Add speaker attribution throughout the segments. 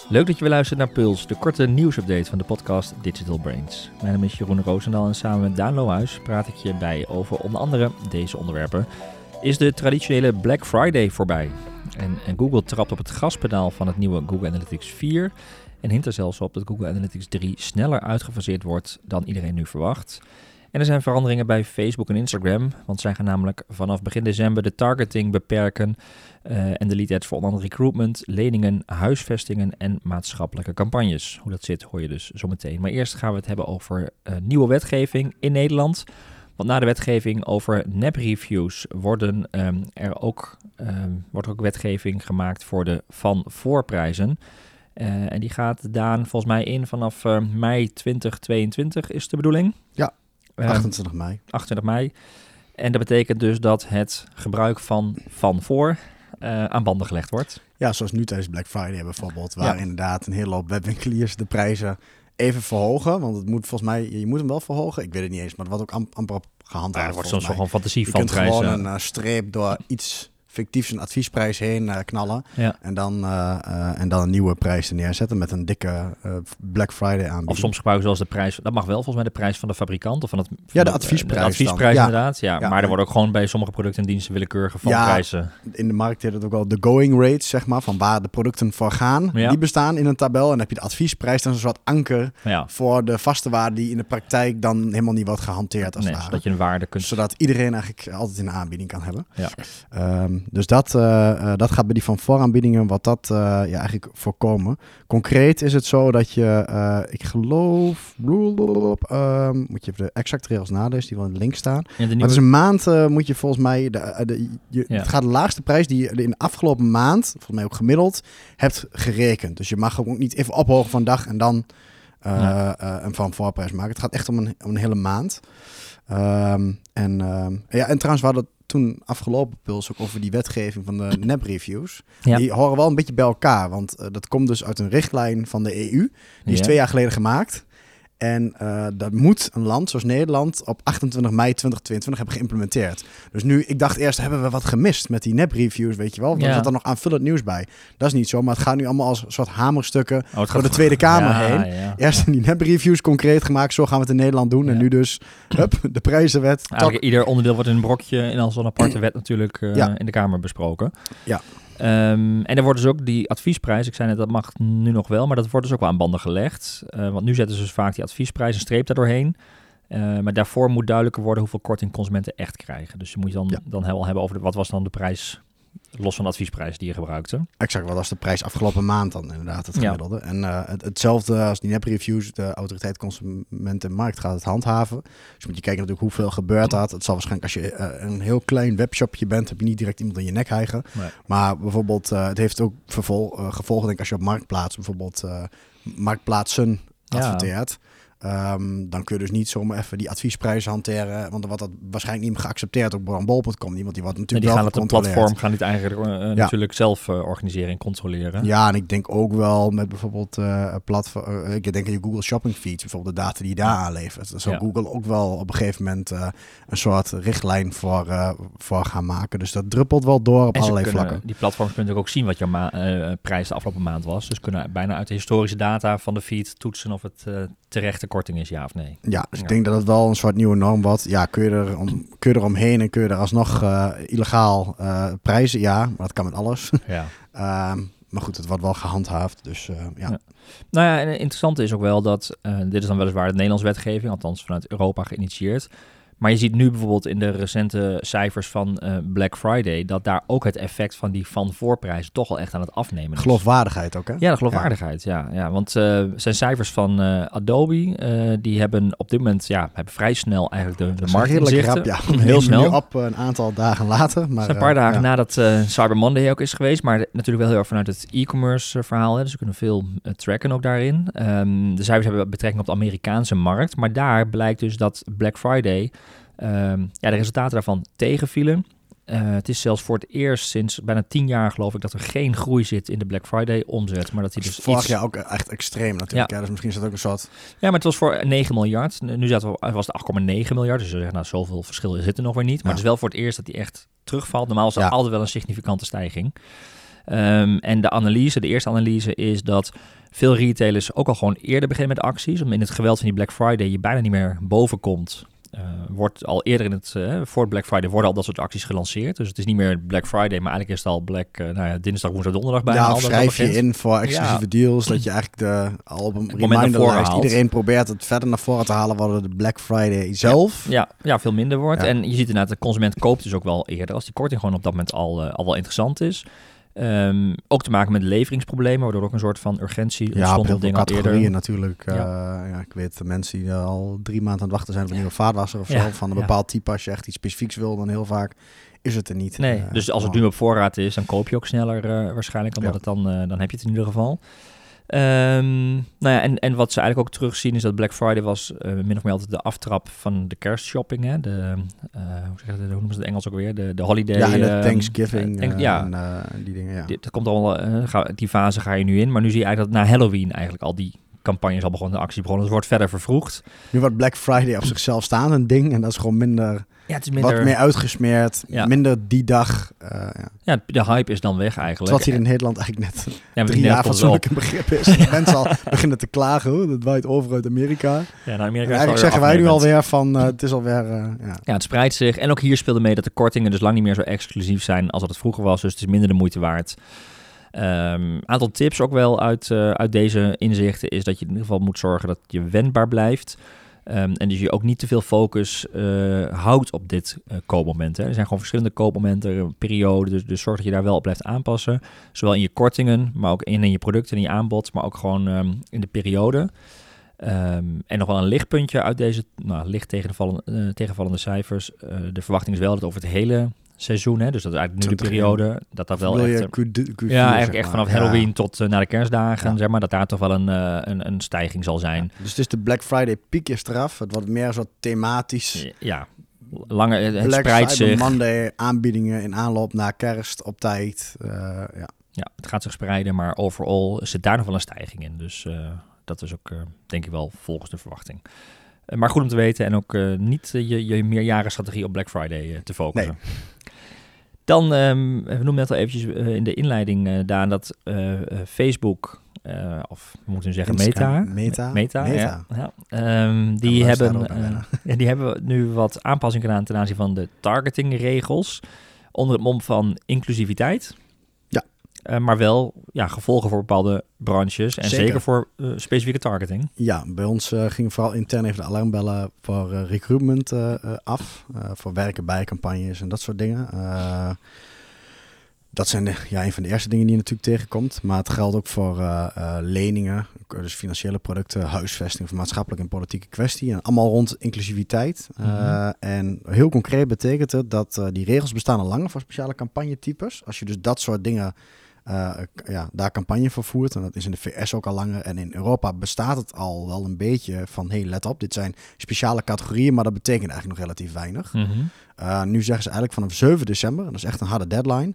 Speaker 1: Leuk dat je weer luistert naar Puls, de korte nieuwsupdate van de podcast Digital Brains. Mijn naam is Jeroen Roosendaal en samen met Daan Lohuis praat ik je bij over onder andere deze onderwerpen. Is de traditionele Black Friday voorbij? En Google trapt op het gaspedaal van het nieuwe Google Analytics 4 en hint er zelfs op dat Google Analytics 3 sneller uitgefaseerd wordt dan iedereen nu verwacht. En er zijn veranderingen bij Facebook en Instagram, want zij gaan namelijk vanaf begin december de targeting beperken en de lead ads voor onder andere recruitment, leningen, huisvestingen en maatschappelijke campagnes. Hoe dat zit hoor je dus zo meteen. Maar eerst gaan we het hebben over nieuwe wetgeving in Nederland. Want na de wetgeving over nep-reviews wordt er ook wetgeving gemaakt voor de van voorprijzen. En die gaat Daan volgens mij in vanaf mei 2022 is de bedoeling.
Speaker 2: Ja. 28 mei.
Speaker 1: 28 mei. En dat betekent dus dat het gebruik van voor aan banden gelegd wordt.
Speaker 2: Ja, zoals nu tijdens Black Friday bijvoorbeeld, waar inderdaad een hele hoop webwinkeliers de prijzen even verhogen. Want het moet volgens mij, je moet hem wel verhogen. Ik weet het niet eens, maar het wordt ook amper op gehandhaafd.
Speaker 1: Ja, er wordt soms gewoon fantasie
Speaker 2: je
Speaker 1: van
Speaker 2: prijzen.
Speaker 1: prijzen.
Speaker 2: Je kunt gewoon een streep door iets fictiefs een adviesprijs heen knallen. Ja. En dan een nieuwe prijs neerzetten met een dikke Black Friday aanbieding.
Speaker 1: Of soms gebruiken ze als de prijs, dat mag wel volgens mij de prijs van de fabrikant of van het...
Speaker 2: Ja, de adviesprijs.
Speaker 1: De adviesprijs inderdaad, ja. Maar er wordt ook gewoon bij sommige producten en diensten willekeurige van prijzen.
Speaker 2: In de markt heet het ook wel de going rates, zeg maar, van waar de producten voor gaan. Ja. Die bestaan in een tabel. En dan heb je de adviesprijs, dan is een soort anker voor de vaste waarde die in de praktijk dan helemaal niet wordt gehanteerd.
Speaker 1: Zodat je een waarde kunt...
Speaker 2: Zodat iedereen eigenlijk altijd in de aanbieding kan hebben. Ja. Dus dat gaat bij die van vooraanbiedingen wat dat eigenlijk voorkomen. Concreet is het zo dat je, ik geloof, moet je even de exacte regels nadenken, die wel in de link staan. Ja, maar het is een maand moet je volgens mij, het gaat de laagste prijs die je in de afgelopen maand, volgens mij ook gemiddeld, hebt gerekend. Dus je mag ook niet even ophogen van dag en dan een van voorprijs maken. Het gaat echt om een hele maand. En trouwens, we hadden toen afgelopen Puls ook over die wetgeving van de nep-reviews. Ja. Die horen wel een beetje bij elkaar, want dat komt dus uit een richtlijn van de EU. Die is 2 jaar geleden gemaakt. En dat moet een land zoals Nederland op 28 mei 2022 hebben geïmplementeerd. Dus nu, ik dacht eerst, hebben we wat gemist met die nep-reviews, weet je wel? Er zat er nog aanvullend nieuws bij. Dat is niet zo, maar het gaat nu allemaal als een soort hamerstukken door de Tweede Kamer heen. Ja. Eerst die nep-reviews concreet gemaakt, zo gaan we het in Nederland doen. Ja. En nu dus, de prijzenwet.
Speaker 1: Eigenlijk ieder onderdeel wordt in een brokje en als een aparte wet natuurlijk in de Kamer besproken. Ja. En er wordt dus ook die adviesprijs, ik zei net dat mag nu nog wel, maar dat wordt dus ook wel aan banden gelegd. Want nu zetten ze dus vaak die adviesprijs een streep daardoorheen. Maar daarvoor moet duidelijker worden hoeveel korting consumenten echt krijgen. Dus je moet dan wel hebben over wat was dan de prijs, los van de adviesprijs die je gebruikte.
Speaker 2: Exact, wat was de prijs afgelopen maand dan inderdaad, het gemiddelde. Ja. En hetzelfde als die nep-reviews, de Autoriteit Consumenten en Markt gaat het handhaven. Dus moet je kijken natuurlijk hoeveel gebeurt dat. Het zal waarschijnlijk, als je een heel klein webshopje bent, heb je niet direct iemand in je nek hijgen. Nee. Maar bijvoorbeeld, het heeft ook gevolgen, denk ik, als je op Marktplaats bijvoorbeeld Marktplaatsen adverteert. Dan kun je dus niet zomaar even die adviesprijs hanteren, want dan wordt dat waarschijnlijk niet geaccepteerd op bol.com niet, want die wordt natuurlijk wel gecontroleerd.
Speaker 1: Die gaan het eigenlijk natuurlijk zelf organiseren en controleren.
Speaker 2: Ja, en ik denk ook wel met bijvoorbeeld ik denk aan je Google Shopping Feeds, bijvoorbeeld de data die je daar aanlevert. Dan zal Google ook wel op een gegeven moment een soort richtlijn voor gaan maken. Dus dat druppelt wel door op allerlei vlakken.
Speaker 1: Die platforms kunnen ook zien wat jouw prijs de afgelopen maand was. Dus kunnen bijna uit de historische data van de feed toetsen of het terechte korting is, ja of nee.
Speaker 2: Ja, dus ik denk dat het wel een soort nieuwe norm wordt. Ja, kun je er omheen en kun je er alsnog illegaal prijzen? Ja, maar dat kan met alles. Ja. Maar goed, het wordt wel gehandhaafd, dus ja.
Speaker 1: Nou ja, en het interessante is ook wel dat, dit is dan weliswaar de Nederlandse wetgeving, althans vanuit Europa geïnitieerd. Maar je ziet nu bijvoorbeeld in de recente cijfers van Black Friday dat daar ook het effect van die van voorprijzen toch al echt aan het afnemen is.
Speaker 2: Geloofwaardigheid ook, hè?
Speaker 1: Ja, de geloofwaardigheid, ja. Want zijn cijfers van Adobe, die hebben op dit moment hebben vrij snel eigenlijk de markt inzichten.
Speaker 2: Ja. Heel snel. Op een aantal dagen later. Maar,
Speaker 1: een paar dagen nadat Cyber Monday ook is geweest, maar natuurlijk wel heel erg vanuit het e-commerce verhaal. Hè, dus ze kunnen veel tracken ook daarin. De cijfers hebben betrekking op de Amerikaanse markt, maar daar blijkt dus dat Black Friday de resultaten daarvan tegenvielen. Het is zelfs voor het eerst sinds bijna 10 jaar, geloof ik, dat er geen groei zit in de Black Friday omzet. Maar dat hij dus
Speaker 2: vorig jaar ook echt extreem natuurlijk. Ja. Dus misschien is dat ook een soort...
Speaker 1: Ja, maar het was voor 9 miljard. Nu was het 8,9 miljard. Dus je zegt, nou, zoveel verschil zit er nog weer niet. Maar het is wel voor het eerst dat hij echt terugvalt. Normaal is dat altijd wel een significante stijging. En de eerste analyse is dat veel retailers ook al gewoon eerder beginnen met acties. Omdat in het geweld van die Black Friday je bijna niet meer boven komt. Wordt al eerder voor Black Friday worden al dat soort acties gelanceerd. Dus het is niet meer Black Friday, maar eigenlijk is het al dinsdag, woensdag, donderdag bijna.
Speaker 2: Ja, of schrijf je in voor exclusieve deals, dat je eigenlijk al op een reminderlijst iedereen probeert het verder naar voren te halen, waardoor de Black Friday zelf
Speaker 1: ja, veel minder wordt. Ja. En je ziet inderdaad, de consument koopt dus ook wel eerder, als die korting gewoon op dat moment al wel interessant is. Ook te maken met leveringsproblemen, waardoor ook een soort van urgentie ontstond op dingen
Speaker 2: categorieën
Speaker 1: eerder.
Speaker 2: Natuurlijk. Ik weet mensen die al 3 maanden aan het wachten zijn op een nieuwe vaatwasser of zo. Van een bepaald type, als je echt iets specifieks wil, dan heel vaak is het er niet.
Speaker 1: Nee, dus als het nu op voorraad is, dan koop je ook sneller waarschijnlijk, omdat het dan heb je het in ieder geval. En wat ze eigenlijk ook terugzien is dat Black Friday was min of meer altijd de aftrap van de kerstshopping. Hè? Hoe noemen ze het Engels ook weer? De holiday.
Speaker 2: Ja, en de Thanksgiving. Die dingen, ja.
Speaker 1: Dat komt allemaal, die fase ga je nu in. Maar nu zie je eigenlijk dat na Halloween eigenlijk al die campagnes al begonnen, de actie begonnen. Dus het wordt verder vervroegd.
Speaker 2: Nu wordt Black Friday op zichzelf staan een ding en dat is gewoon minder... Ja, het is minder... Wat meer uitgesmeerd, minder die dag.
Speaker 1: Ja, de hype is dan weg eigenlijk.
Speaker 2: Wat hier in Nederland eigenlijk net 3 jaar fatsoenlijk een begrip is. Mensen al beginnen te klagen, dat waait over uit Amerika.
Speaker 1: Ja, naar Amerika
Speaker 2: eigenlijk zeggen wij nu alweer van, het is alweer...
Speaker 1: Ja, het spreidt zich. En ook hier speelde mee dat de kortingen dus lang niet meer zo exclusief zijn als dat het vroeger was. Dus het is minder de moeite waard. Aantal tips ook wel uit deze inzichten is dat je in ieder geval moet zorgen dat je wendbaar blijft. En dus je ook niet te veel focus houdt op dit koopmoment. Hè. Er zijn gewoon verschillende koopmomenten, perioden. Dus zorg dat je daar wel op blijft aanpassen. Zowel in je kortingen, maar ook in je producten, in je aanbod, maar ook gewoon in de periode. En nog wel een lichtpuntje uit deze licht tegenvallende cijfers. De verwachting is wel dat over het hele seizoen, hè, dus dat is eigenlijk nu de periode, dat wel echt...
Speaker 2: Q4,
Speaker 1: eigenlijk echt vanaf Halloween tot na de kerstdagen, zeg maar, dat daar toch wel een stijging zal zijn.
Speaker 2: Ja, dus het is de Black Friday piek is eraf, het wordt meer zo thematisch.
Speaker 1: Ja, langer, het
Speaker 2: Black
Speaker 1: spreidt
Speaker 2: Cyber
Speaker 1: zich.
Speaker 2: Monday aanbiedingen in aanloop naar kerst op tijd.
Speaker 1: Ja, het gaat zich spreiden, maar overal zit daar nog wel een stijging in. Dus dat is ook, denk ik wel, volgens de verwachting. Maar goed om te weten en ook niet je meerjarenstrategie op Black Friday te focussen. Nee. Dan, we noemden net al eventjes in de inleiding, Daan, dat Facebook, of we moeten zeggen Meta. Die hebben nu wat aanpassingen gedaan ten aanzien van de targetingregels onder het mom van inclusiviteit. Maar wel gevolgen voor bepaalde branches en zeker voor specifieke targeting. Ja,
Speaker 2: bij ons ging vooral intern even de alarmbellen voor recruitment af. Voor werken bij campagnes en dat soort dingen. Dat zijn een van de eerste dingen die je natuurlijk tegenkomt. Maar het geldt ook voor leningen, dus financiële producten, huisvesting of maatschappelijke en politieke kwestie. En allemaal rond inclusiviteit. En heel concreet betekent het dat die regels bestaan al langer voor speciale campagnetypes. Als je dus dat soort dingen... daar campagne voor voert. En dat is in de VS ook al langer. En in Europa bestaat het al wel een beetje van... hey, let op, dit zijn speciale categorieën... maar dat betekent eigenlijk nog relatief weinig. Nu zeggen ze eigenlijk vanaf 7 december... en dat is echt een harde deadline...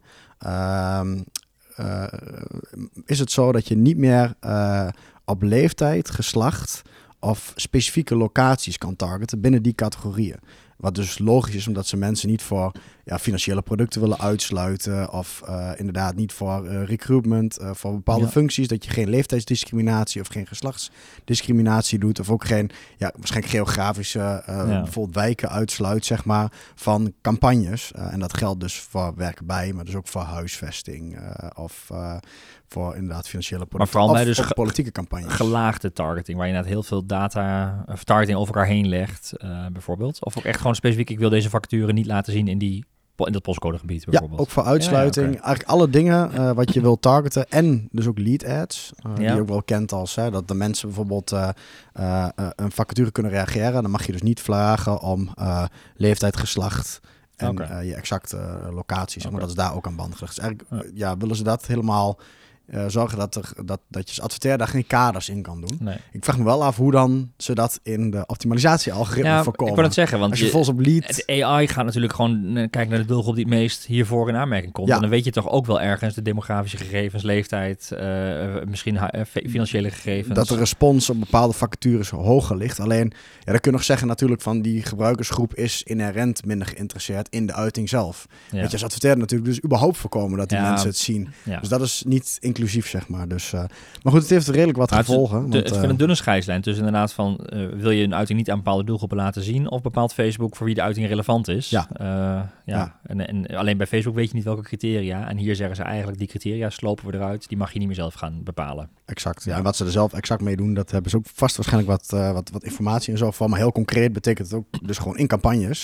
Speaker 2: is het zo dat je niet meer op leeftijd, geslacht... of specifieke locaties kan targeten binnen die categorieën. Wat dus logisch is, omdat ze mensen niet voor financiële producten willen uitsluiten. Of inderdaad niet voor recruitment, voor bepaalde functies. Dat je geen leeftijdsdiscriminatie of geen geslachtsdiscriminatie doet. Of ook geen, waarschijnlijk geografische, bijvoorbeeld wijken uitsluit, zeg maar, van campagnes. En dat geldt dus voor werken bij, maar dus ook voor huisvesting. Of voor inderdaad financiële producten.
Speaker 1: Maar vooral bij dus
Speaker 2: politieke campagnes.
Speaker 1: Gelaagde targeting, waar je inderdaad heel veel data of targeting over elkaar heen legt, bijvoorbeeld. Of ook echt gewoon specifiek, ik wil deze vacature niet laten zien in dat postcodegebied bijvoorbeeld.
Speaker 2: Ja, ook voor uitsluiting. Eigenlijk alle dingen wat je wil targeten en dus ook lead ads. Die je ook wel kent als dat de mensen bijvoorbeeld een vacature kunnen reageren. Dan mag je dus niet vragen om leeftijd, geslacht en je exacte locaties. Maar dat is daar ook aan band gelegd. Dus eigenlijk willen ze dat helemaal zorgen dat je als adverteerder daar geen kaders in kan doen.
Speaker 1: Nee.
Speaker 2: Ik vraag me wel af hoe dan ze dat in de optimalisatie-algoritme voorkomen.
Speaker 1: Ik wil het zeggen, want
Speaker 2: als je volgens op lead...
Speaker 1: Het AI gaat natuurlijk gewoon kijken naar de doelgroep die het meest hiervoor in aanmerking komt. Ja. En dan weet je toch ook wel ergens de demografische gegevens, leeftijd, misschien financiële gegevens.
Speaker 2: Dat de respons op bepaalde vacatures hoger ligt. Alleen, dan kun je nog zeggen natuurlijk van die gebruikersgroep is inherent minder geïnteresseerd in de uiting zelf. Ja. Weet je, als adverteerder natuurlijk dus überhaupt voorkomen dat die mensen het zien. Ja. Dus dat is niet inclusief, zeg maar. Dus, maar goed, het heeft redelijk wat gevolgen.
Speaker 1: Het is een dunne scheidslijn tussen inderdaad van wil je een uiting niet aan bepaalde doelgroepen laten zien of bepaalt Facebook voor wie de uiting relevant is. Ja. En alleen bij Facebook weet je niet welke criteria. En hier zeggen ze eigenlijk die criteria slopen we eruit. Die mag je niet meer zelf gaan bepalen.
Speaker 2: Exact. Ja. En wat ze er zelf exact mee doen, dat hebben ze ook vast waarschijnlijk wat informatie en zo van. Maar heel concreet betekent het ook dus gewoon in campagnes.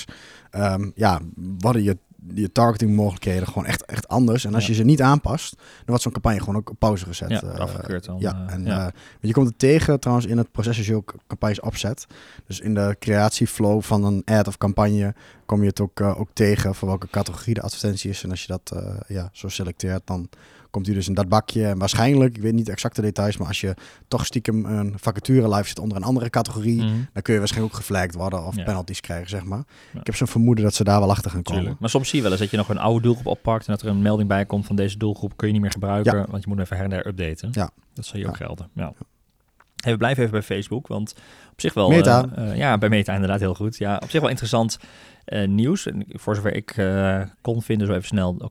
Speaker 2: Worden je targeting mogelijkheden gewoon echt anders. En als je ze niet aanpast, dan wordt zo'n campagne gewoon ook op pauze gezet.
Speaker 1: Ja, afgekeurd dan.
Speaker 2: Je komt het tegen trouwens in het proces als je ook campagnes opzet. Dus in de creatieflow van een ad of campagne kom je het ook tegen voor welke categorie de advertentie is. En als je dat zo selecteert, dan komt u dus in dat bakje. En waarschijnlijk, ik weet niet exact de details, maar als je toch stiekem een vacature live zit onder een andere categorie, dan kun je waarschijnlijk ook geflagged worden of penalties krijgen, zeg maar. Ja. Ik heb zo'n vermoeden dat ze daar wel achter gaan komen.
Speaker 1: Tuurlijk. Maar soms zie je wel eens dat je nog een oude doelgroep oppakt en dat er een melding bij komt van deze doelgroep kun je niet meer gebruiken, want je moet even her en der updaten. Ja. Dat zal je ook gelden. Ja. Hey, we blijven even bij Facebook, want op zich wel...
Speaker 2: Meta.
Speaker 1: Bij Meta inderdaad heel goed. Ja, op zich wel interessant nieuws. En voor zover ik kon vinden, zo even snel, ook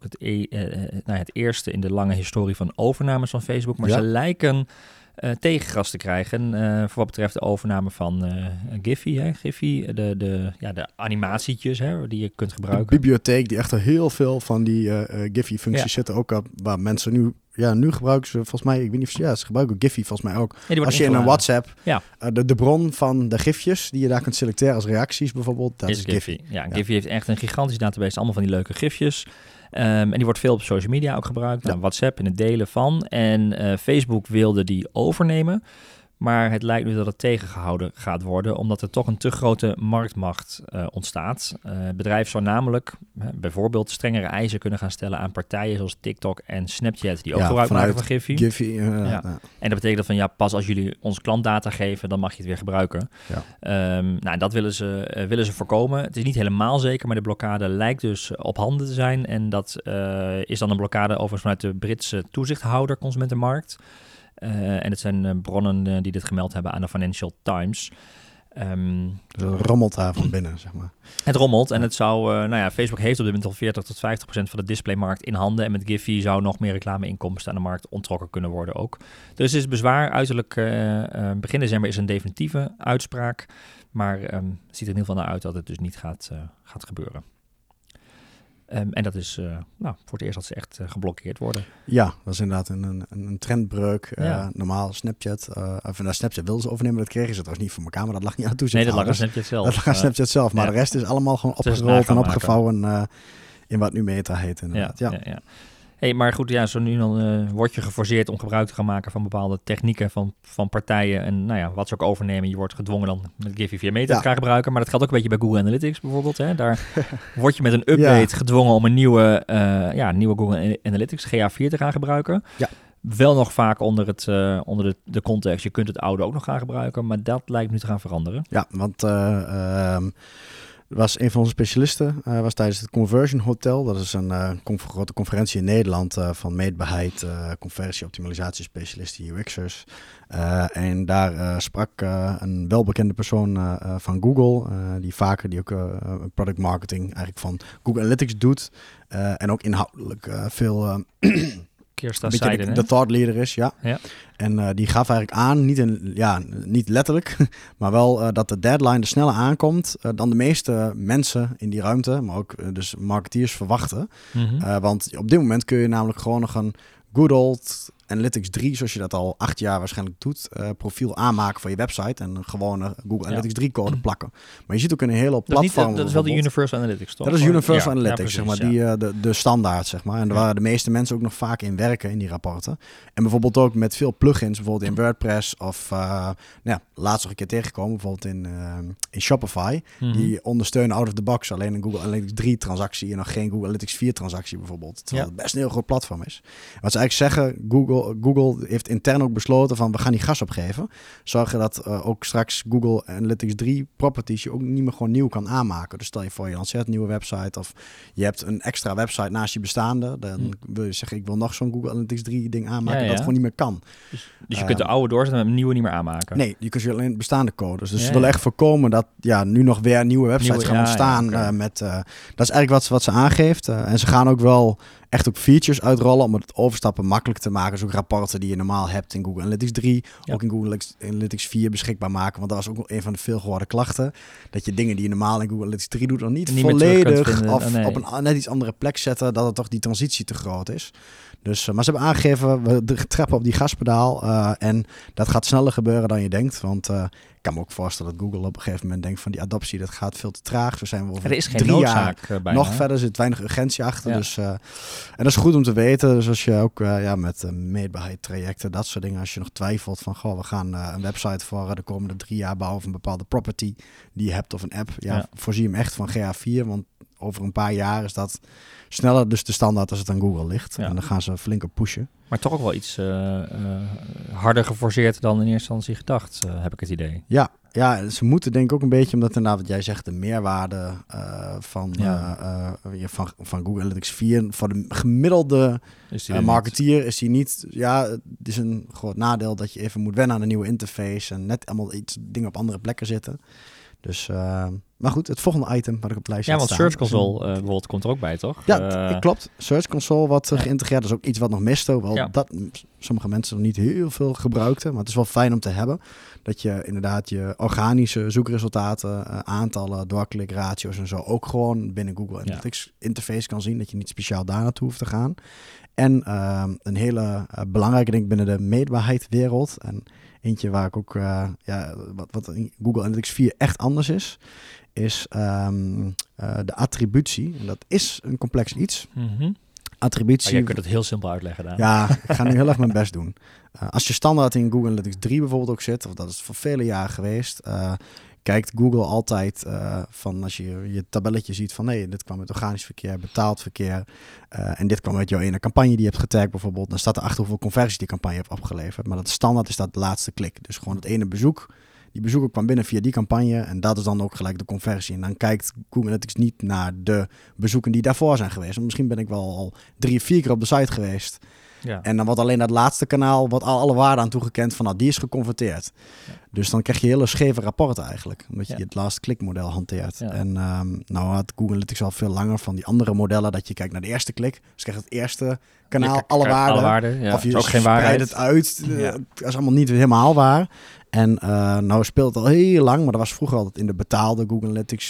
Speaker 1: het eerste in de lange historie van overnames van Facebook. Maar ze lijken tegengas te krijgen voor wat betreft de overname van Giphy. Giphy, de animatietjes die je kunt gebruiken.
Speaker 2: De bibliotheek die echt heel veel van die Giphy-functies zitten ook op, waar mensen nu... Ja, nu gebruiken ze volgens mij, ik weet niet of ze gebruiken Giphy volgens mij ook. Ja, als je in een WhatsApp, de bron van de gifjes die je daar kunt selecteren als reacties bijvoorbeeld, dat is Giphy.
Speaker 1: Ja, Giphy heeft echt een gigantische database, allemaal van die leuke gifjes. En die wordt veel op social media ook gebruikt, WhatsApp en het delen van. En Facebook wilde die overnemen. Maar het lijkt nu dat het tegengehouden gaat worden, omdat er toch een te grote marktmacht ontstaat. Het bedrijf zou namelijk bijvoorbeeld strengere eisen kunnen gaan stellen aan partijen zoals TikTok en Snapchat, die ook gebruik maken van Giphy. En dat betekent dat pas als jullie ons klantdata geven, dan mag je het weer gebruiken. Ja. Dat willen ze voorkomen. Het is niet helemaal zeker, maar de blokkade lijkt dus op handen te zijn. En dat is dan een blokkade overigens vanuit de Britse toezichthouder Consumentenmarkt. En het zijn bronnen die dit gemeld hebben aan de Financial Times.
Speaker 2: Dus het rommelt daar van binnen, zeg maar.
Speaker 1: Het rommelt en het zou... Facebook heeft op dit moment al 40 tot 50% van de displaymarkt in handen. En met Giphy zou nog meer reclameinkomsten aan de markt onttrokken kunnen worden ook. Dus het is bezwaar. Uiterlijk begin december is een definitieve uitspraak. Maar het ziet er in ieder geval naar uit dat het dus niet gaat gebeuren. En dat is voor het eerst dat ze echt geblokkeerd worden.
Speaker 2: Ja, dat is inderdaad een trendbreuk. Normaal Snapchat, Snapchat wilden ze overnemen, dat kregen ze trouwens niet voor elkaar, maar dat lag niet aan toezicht.
Speaker 1: Nee, dat lag aan Snapchat zelf.
Speaker 2: Dat lag aan Snapchat zelf, maar de rest is allemaal gewoon opgerold en opgevouwen in wat nu Meta heet inderdaad. Ja.
Speaker 1: Hey, maar goed, zo nu dan word je geforceerd om gebruik te gaan maken van bepaalde technieken van partijen. En wat ze ook overnemen, je wordt gedwongen dan met Giphy via Meta te gaan gebruiken. Maar dat geldt ook een beetje bij Google Analytics bijvoorbeeld. Hè. Daar word je met een update gedwongen om een nieuwe Google Analytics GA4 te gaan gebruiken. Ja. Wel nog vaak onder de context, je kunt het oude ook nog gaan gebruiken. Maar dat lijkt nu te gaan veranderen.
Speaker 2: Ja, want... was een van onze specialisten, was tijdens het Conversion Hotel. Dat is een grote conferentie in Nederland van meetbaarheid, conversie-optimalisatie-specialisten, UX'ers. En daar sprak een welbekende persoon van Google, die ook product marketing eigenlijk van Google Analytics doet. En ook inhoudelijk veel... de thought leader is, ja. En die gaf eigenlijk aan, niet letterlijk, maar wel dat de deadline er sneller aankomt dan de meeste mensen in die ruimte, maar ook dus marketeers verwachten. Mm-hmm. Want op dit moment kun je namelijk gewoon nog een good old Analytics 3, zoals je dat al 8 jaar waarschijnlijk doet, profiel aanmaken voor je website en een gewone Google Analytics 3 code plakken. Maar je ziet ook een hele platform.
Speaker 1: Dat is wel de Universal Analytics, toch?
Speaker 2: Dat is Universal Analytics, zeg maar, de standaard, zeg maar. En waar de meeste mensen ook nog vaak in werken in die rapporten. En bijvoorbeeld ook met veel plugins, bijvoorbeeld in WordPress of laatst nog een keer tegengekomen, bijvoorbeeld in Shopify. Mm-hmm. Die ondersteunen out of the box alleen een Google Analytics 3 transactie en nog geen Google Analytics 4 transactie bijvoorbeeld. Terwijl het best een heel groot platform is. Wat ze eigenlijk zeggen, Google Google heeft intern ook besloten van we gaan die gas opgeven. Zorgen dat ook straks Google Analytics 3 properties je ook niet meer gewoon nieuw kan aanmaken. Dus stel je voor je lanceert een nieuwe website of je hebt een extra website naast je bestaande. Dan wil je zeggen ik wil nog zo'n Google Analytics 3 ding aanmaken dat het gewoon niet meer kan.
Speaker 1: Dus je kunt de oude doorzetten en een nieuwe niet meer aanmaken?
Speaker 2: Nee, je kunt je alleen bestaande codes. Dus ze willen echt voorkomen dat nu nog weer nieuwe websites gaan ontstaan. Dat is eigenlijk wat ze aangeeft. En ze gaan ook wel echt ook features uitrollen om het overstappen makkelijk te maken. Dus ook rapporten die je normaal hebt in Google Analytics 3, ook in Google Analytics 4 beschikbaar maken. Want dat was ook een van de veel gehoorde klachten. Dat je dingen die je normaal in Google Analytics 3 doet, nog niet volledig of op een net iets andere plek zetten, dat het toch die transitie te groot is. Dus, maar ze hebben aangegeven, we trappen op die gaspedaal en dat gaat sneller gebeuren dan je denkt. Want ik kan me ook voorstellen dat Google op een gegeven moment denkt van die adoptie, dat gaat veel te traag. Zo zijn we over
Speaker 1: er is geen noodzaak bijna.
Speaker 2: Nog verder, zit weinig urgentie achter. Ja. Dus, en dat is goed om te weten. Dus als je ook met meetbaarheid trajecten, dat soort dingen, als je nog twijfelt van, we gaan een website voor de komende 3 jaar bouwen of een bepaalde property die je hebt of een app. Voorzie hem echt van GA4, want over een paar jaar is dat sneller dus de standaard als het aan Google ligt. Ja. En dan gaan ze flink op pushen.
Speaker 1: Maar toch ook wel iets harder geforceerd dan in eerste instantie gedacht, heb ik het idee.
Speaker 2: Ja, ze moeten denk ik ook een beetje, omdat inderdaad wat jij zegt, de meerwaarde van Google Analytics 4 voor de gemiddelde marketeer is die niet. Ja, het is een groot nadeel dat je even moet wennen aan een nieuwe interface en net allemaal dingen op andere plekken zitten. Dus, maar goed, het volgende item wat ik op het lijstje
Speaker 1: want Search Console bijvoorbeeld komt er ook bij, toch?
Speaker 2: Ja, klopt. Search Console wat geïntegreerd is ook iets wat nog miste. Wel dat sommige mensen nog niet heel veel gebruikten, maar het is wel fijn om te hebben. Dat je inderdaad je organische zoekresultaten, aantallen, doorklik ratio's en zo ook gewoon binnen Google Analytics interface kan zien. Dat je niet speciaal daar naartoe hoeft te gaan. En een hele belangrijke ding binnen de meetbaarheidswereld. En eentje waar ik ook, wat in Google Analytics 4 echt anders is de attributie. En dat is een complex iets.
Speaker 1: Mm-hmm.
Speaker 2: Attributie.
Speaker 1: Jij kunt het heel simpel uitleggen, Daan.
Speaker 2: Ja, ik ga nu heel erg mijn best doen. Als je standaard in Google Analytics 3 bijvoorbeeld ook zit, of dat is voor vele jaren geweest, kijkt Google altijd van als je tabelletje ziet van nee, dit kwam uit organisch verkeer, betaald verkeer en dit kwam uit jouw ene campagne die je hebt getagd bijvoorbeeld. Dan staat erachter hoeveel conversies die campagne heeft opgeleverd. Maar dat standaard is dat de laatste klik. Dus gewoon het ene bezoek. Die bezoeker kwam binnen via die campagne en dat is dan ook gelijk de conversie. En dan kijkt Google Analytics niet naar de bezoeken die daarvoor zijn geweest. Want misschien ben ik wel al 3 of 4 keer op de site geweest. Ja. En dan wordt alleen dat laatste kanaal alle waarde aan toegekend van die is geconverteerd. Ja. Dus dan krijg je hele scheve rapporten eigenlijk. Omdat je het last click model hanteert. Ja. En nou had Google Analytics al veel langer van die andere modellen dat je kijkt naar de eerste klik. Dus krijg je het eerste kanaal, alle waarden.
Speaker 1: Ja.
Speaker 2: Of je
Speaker 1: is ook geen waarheid.
Speaker 2: Het uit. Dat is allemaal niet helemaal waar. En nou speelt het al heel lang, maar dat was vroeger altijd in de betaalde Google Analytics.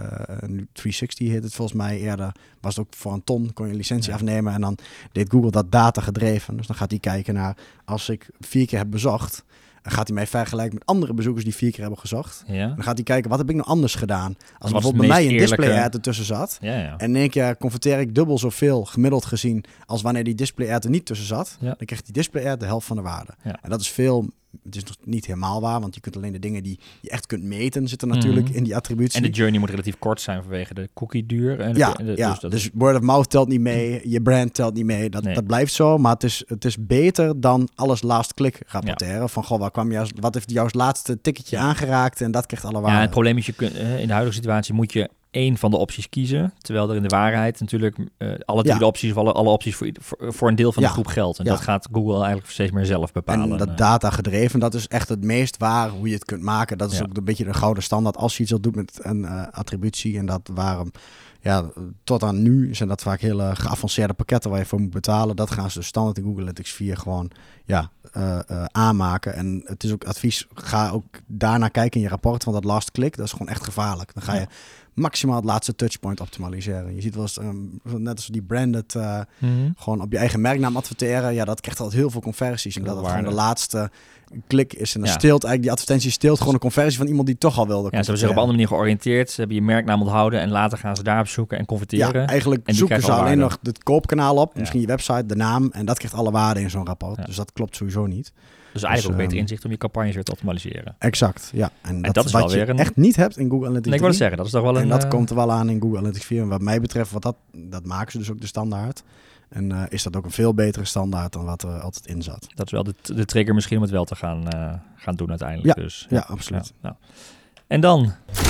Speaker 2: 360 heet het volgens mij eerder. Was het ook voor een ton, kon je een licentie afnemen. En dan deed Google dat data gedreven. Dus dan gaat hij kijken naar, als ik 4 keer heb bezocht, dan gaat hij mij vergelijken met andere bezoekers die 4 keer hebben gezocht. Ja. Dan gaat hij kijken, wat heb ik nou anders gedaan? Als bijvoorbeeld bij mij een display ad ertussen zat. Ja. En in één keer converteer ik dubbel zoveel gemiddeld gezien als wanneer die display ad er niet tussen zat. Ja. Dan krijgt die display ad de helft van de waarde. Ja. En dat is veel. Het is nog niet helemaal waar, want je kunt alleen de dingen die je echt kunt meten zitten natuurlijk in die attributie.
Speaker 1: En de journey moet relatief kort zijn vanwege de cookie duur. En
Speaker 2: dus word of mouth telt niet mee, je brand telt niet mee. Dat blijft zo, maar het is beter dan alles last click rapporteren. Ja. Van, wat heeft jouw laatste ticketje aangeraakt en dat krijgt alle waarde.
Speaker 1: Ja, het probleem is, in de huidige situatie moet je één van de opties kiezen, terwijl er in de waarheid natuurlijk alle 3 de opties of alle opties voor een deel van de groep geldt. En dat gaat Google eigenlijk steeds meer zelf bepalen.
Speaker 2: En dat data gedreven, dat is echt het meest waar hoe je het kunt maken. Dat is ook een beetje de gouden standaard als je iets al doet met een attributie. En dat waarom, tot aan nu zijn dat vaak hele geavanceerde pakketten waar je voor moet betalen. Dat gaan ze dus standaard in Google Analytics 4 gewoon aanmaken. En het is ook advies, ga ook daarna kijken in je rapport, want dat last click, dat is gewoon echt gevaarlijk. Dan ga je maximaal het laatste touchpoint optimaliseren. Je ziet wel eens, net als die branded, gewoon op je eigen merknaam adverteren. Ja, dat krijgt altijd heel veel conversies. Omdat het gewoon de laatste klik is. En dan steelt eigenlijk die advertentie gewoon een conversie van iemand die toch al wilde.
Speaker 1: Ja, ze hebben zich op een andere manier georiënteerd. Ze hebben je merknaam onthouden en later gaan ze daarop zoeken en converteren.
Speaker 2: Ja, eigenlijk zoeken ze alleen nog het koopkanaal op. Misschien je website, de naam. En dat krijgt alle waarde in zo'n rapport. Ja. Dus dat klopt sowieso niet.
Speaker 1: Dus eigenlijk ook beter inzicht om je campagnes weer te optimaliseren.
Speaker 2: Exact, ja. En
Speaker 1: dat is
Speaker 2: wat
Speaker 1: wel weer
Speaker 2: je echt niet hebt in Google Analytics 3.
Speaker 1: Ik wil het zeggen, dat is toch wel een...
Speaker 2: En dat komt er wel aan in Google Analytics 4. En wat mij betreft, dat maken ze dus ook de standaard. En is dat ook een veel betere standaard dan wat er altijd in zat.
Speaker 1: Dat is wel de trigger misschien om het wel te gaan doen uiteindelijk.
Speaker 2: Ja,
Speaker 1: dus,
Speaker 2: ja absoluut.
Speaker 1: Ja. En dan...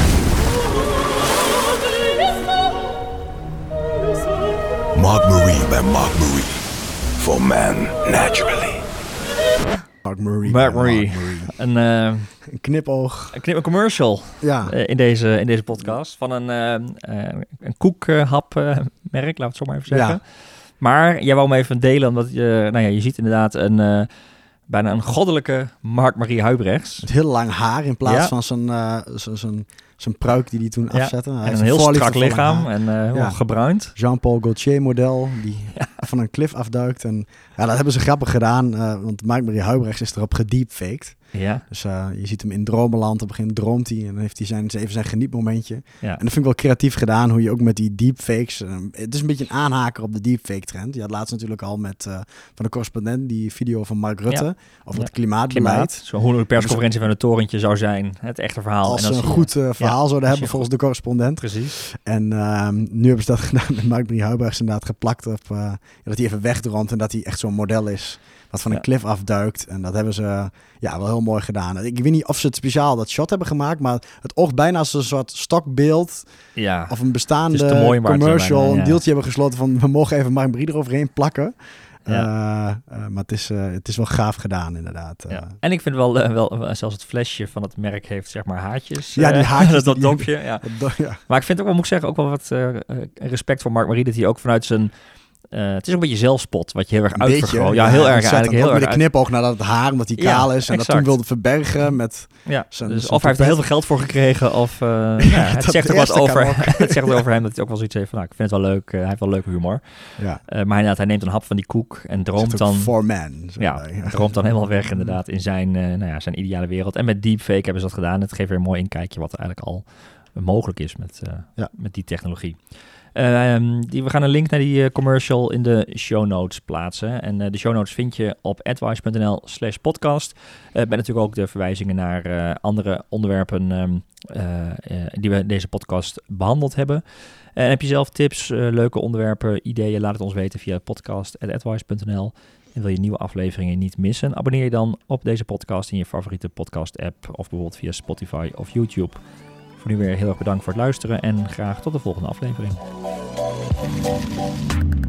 Speaker 3: Mark Marie bij Mark Marie. For man, naturally.
Speaker 2: Mark Marie.
Speaker 1: Een
Speaker 2: knipoog.
Speaker 1: Een commercial in deze podcast. Van een koekhapmerk, laat het zo maar even zeggen. Ja. Maar jij wou me even delen, omdat je ziet inderdaad bijna een goddelijke Mark Marie Huibrechts.
Speaker 2: Met heel lang haar in plaats van zijn pruik die hij toen afzette. Hij
Speaker 1: en een heel strak lichaam en heel gebruind.
Speaker 2: Jean-Paul Gaultier model die van een klif afduikt. En dat hebben ze grappig gedaan, want Mark Marie Huibrechts is erop gedeepfaked. Ja. Dus je ziet hem in Dromenland, op het begin droomt hij en dan heeft hij even zijn genietmomentje. Ja. En dat vind ik wel creatief gedaan, hoe je ook met die deepfakes... het is een beetje een aanhaker op de deepfake-trend. Je had laatst natuurlijk al met van de correspondent die video van Mark Rutte over het klimaatbeleid.
Speaker 1: Zo hoe de persconferentie van het torentje zou zijn, het echte verhaal.
Speaker 2: Als ze een goed verhaal zouden hebben volgens de correspondent.
Speaker 1: Precies.
Speaker 2: En nu hebben ze dat gedaan met Mark Marie Huibrechts inderdaad geplakt op dat hij even wegdroomt en dat hij echt zo'n model is wat van een klif afduikt. En dat hebben ze wel heel mooi gedaan. Ik weet niet of ze het speciaal dat shot hebben gemaakt, maar het oogt bijna als een soort stokbeeld of een bestaande commercial. Een deeltje hebben gesloten van we mogen even Mark Marie eroverheen plakken. Ja. Maar het is wel gaaf gedaan, inderdaad.
Speaker 1: Ja. En ik vind wel zelfs het flesje van het merk heeft, zeg maar, haartjes.
Speaker 2: Ja, die haartjes.
Speaker 1: dat dopje. Ja. Maar ik vind ook wel, moet ik zeggen, ook wel wat respect voor Mark Marie, dat hij ook vanuit zijn... het is ook een beetje zelfspot, wat je heel erg uitvergroot. Ja, heel erg eigenlijk. Heel erg
Speaker 2: met de knipoog naar het haar, omdat hij kaal is. En dat toen wilde verbergen met...
Speaker 1: Dus of hij heeft er heel veel geld voor gekregen, of... het zegt ook wat over... het zegt over hem dat hij ook wel zoiets heeft van... ik vind het wel leuk, hij heeft wel leuke humor. Ja. Maar inderdaad, hij neemt een hap van die koek en droomt dan...
Speaker 2: For man.
Speaker 1: Droomt dan helemaal weg inderdaad in zijn ideale wereld. En met deepfake hebben ze dat gedaan. Het geeft weer een mooi inkijkje wat er eigenlijk al mogelijk is met die technologie. We gaan een link naar die commercial in de show notes plaatsen. En de show notes vind je op advice.nl/podcast. Met natuurlijk ook de verwijzingen naar andere onderwerpen die we in deze podcast behandeld hebben. En heb je zelf tips, leuke onderwerpen, ideeën? Laat het ons weten via podcast@advice.nl. En wil je nieuwe afleveringen niet missen? Abonneer je dan op deze podcast in je favoriete podcast app of bijvoorbeeld via Spotify of YouTube. Voor nu weer heel erg bedankt voor het luisteren en graag tot de volgende aflevering.